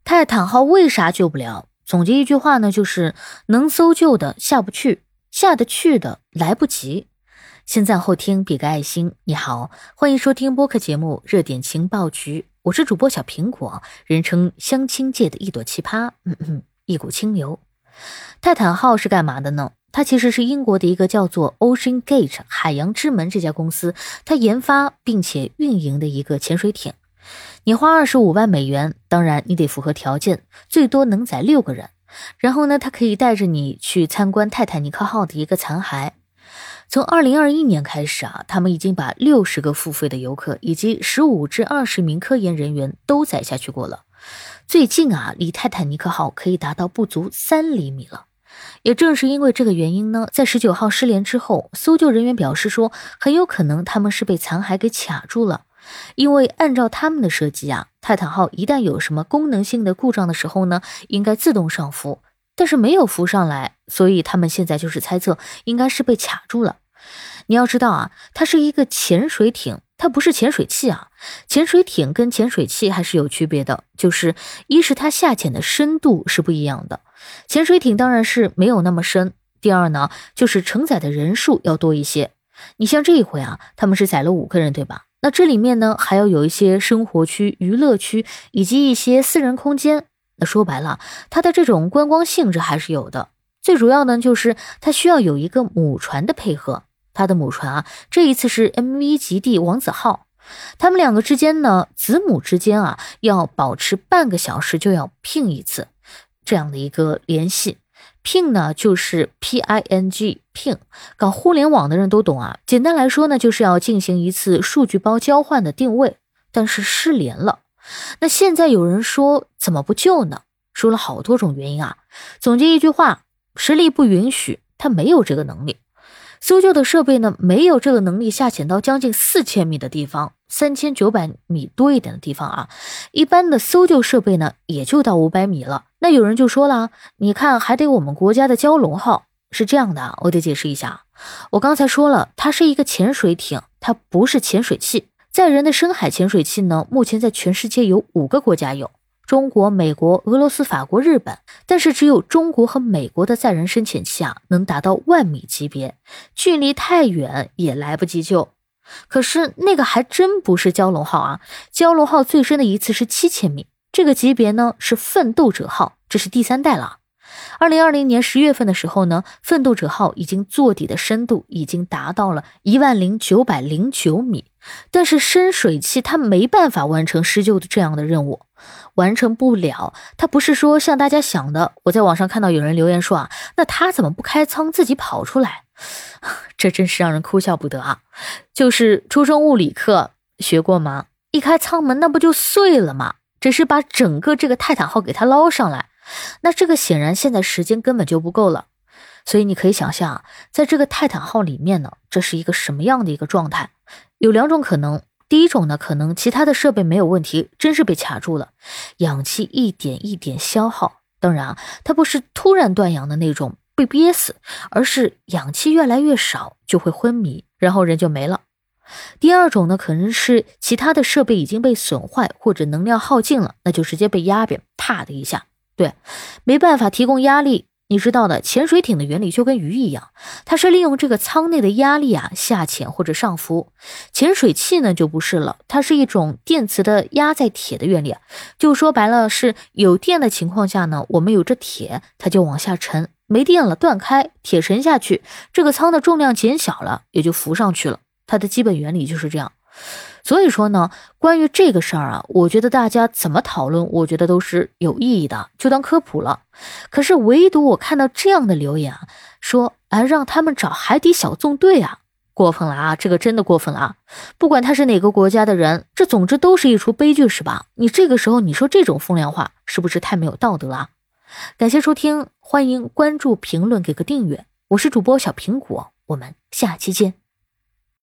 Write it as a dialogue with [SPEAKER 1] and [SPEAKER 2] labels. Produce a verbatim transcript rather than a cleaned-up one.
[SPEAKER 1] 泰坦号为啥救不了？总结一句话呢，就是能搜救的下不去，下得去的来不及。先赞后听，比个爱心。你好，欢迎收听播客节目热点情报局，我是主播小苹果，人称相亲界的一朵奇葩，嗯嗯，一股清流。泰坦号是干嘛的呢？它其实是英国的一个叫做 Ocean Gate 海洋之门这家公司，它研发并且运营的一个潜水艇。你花二十五万美元，当然你得符合条件，最多能载六个人。然后呢，它可以带着你去参观泰坦尼克号的一个残骸。从二零二一年开始啊，他们已经把六十个付费的游客以及十五至二十名科研人员都载下去过了。最近啊，离泰坦尼克号可以达到不足三厘米了。也正是因为这个原因呢，在十九号失联之后，搜救人员表示说，很有可能他们是被残骸给卡住了。因为按照他们的设计啊，泰坦号一旦有什么功能性的故障的时候呢，应该自动上浮，但是没有浮上来，所以他们现在就是猜测应该是被卡住了。你要知道啊，它是一个潜水艇，它不是潜水器啊。潜水艇跟潜水器还是有区别的，就是一是它下潜的深度是不一样的，潜水艇当然是没有那么深。第二呢，就是承载的人数要多一些。你像这一回啊，他们是载了五个人对吧？那这里面呢，还要有一些生活区、娱乐区以及一些私人空间。那说白了，它的这种观光性质还是有的。最主要呢，就是它需要有一个母船的配合。它的母船啊，这一次是 M V 极地王子号。他们两个之间呢，子母之间啊，要保持半个小时就要 ping 一次，这样的一个联系。ping 呢，就是 P I N G ping， 搞互联网的人都懂啊。简单来说呢，就是要进行一次数据包交换的定位，但是失联了。那现在有人说怎么不救呢？说了好多种原因啊。总结一句话，实力不允许，他没有这个能力。搜救的设备呢，没有这个能力下潜到将近四千米的地方，三千九百米多一点的地方啊。一般的搜救设备呢，也就到五百米了。那有人就说了，你看还得我们国家的蛟龙号。是这样的，我得解释一下。我刚才说了，它是一个潜水艇，它不是潜水器。载人的深海潜水器呢，目前在全世界有五个国家有。中国、美国、俄罗斯、法国、日本，但是只有中国和美国的载人深潜器啊，能达到万米级别，距离太远也来不及救。可是那个还真不是蛟龙号啊，蛟龙号最深的一次是七千米，这个级别呢是奋斗者号，这是第三代了。二零二零年十月份的时候呢，奋斗者号已经坐底的深度已经达到了一万零九百零九米，但是深水器它没办法完成施救的这样的任务。完成不了，它不是说像大家想的，我在网上看到有人留言说啊，那他怎么不开舱自己跑出来？这真是让人哭笑不得啊！就是初中物理课学过吗？一开舱门那不就碎了吗？只是把整个这个泰坦号给它捞上来，那这个显然现在时间根本就不够了。所以你可以想象，在这个泰坦号里面呢，这是一个什么样的一个状态？有两种可能。第一种呢，可能其他的设备没有问题，真是被卡住了，氧气一点一点消耗。当然啊，它不是突然断氧的那种被憋死，而是氧气越来越少就会昏迷，然后人就没了。第二种呢，可能是其他的设备已经被损坏或者能量耗尽了，那就直接被压扁，啪的一下。对，没办法提供压力。你知道的，潜水艇的原理就跟鱼一样，它是利用这个舱内的压力啊下潜或者上浮。潜水器呢就不是了，它是一种电磁的压在铁的原理，就说白了是有电的情况下呢，我们有着铁，它就往下沉，没电了断开，铁沉下去，这个舱的重量减小了，也就浮上去了。它的基本原理就是这样。所以说呢，关于这个事儿啊，我觉得大家怎么讨论，我觉得都是有意义的，就当科普了。可是唯独我看到这样的留言啊，说啊让他们找海底小纵队啊，过分了啊，这个真的过分了啊！不管他是哪个国家的人，这总之都是一出悲剧是吧？你这个时候你说这种风凉话，是不是太没有道德了啊？感谢收听，欢迎关注、评论、给个订阅，我是主播小苹果，我们下期见。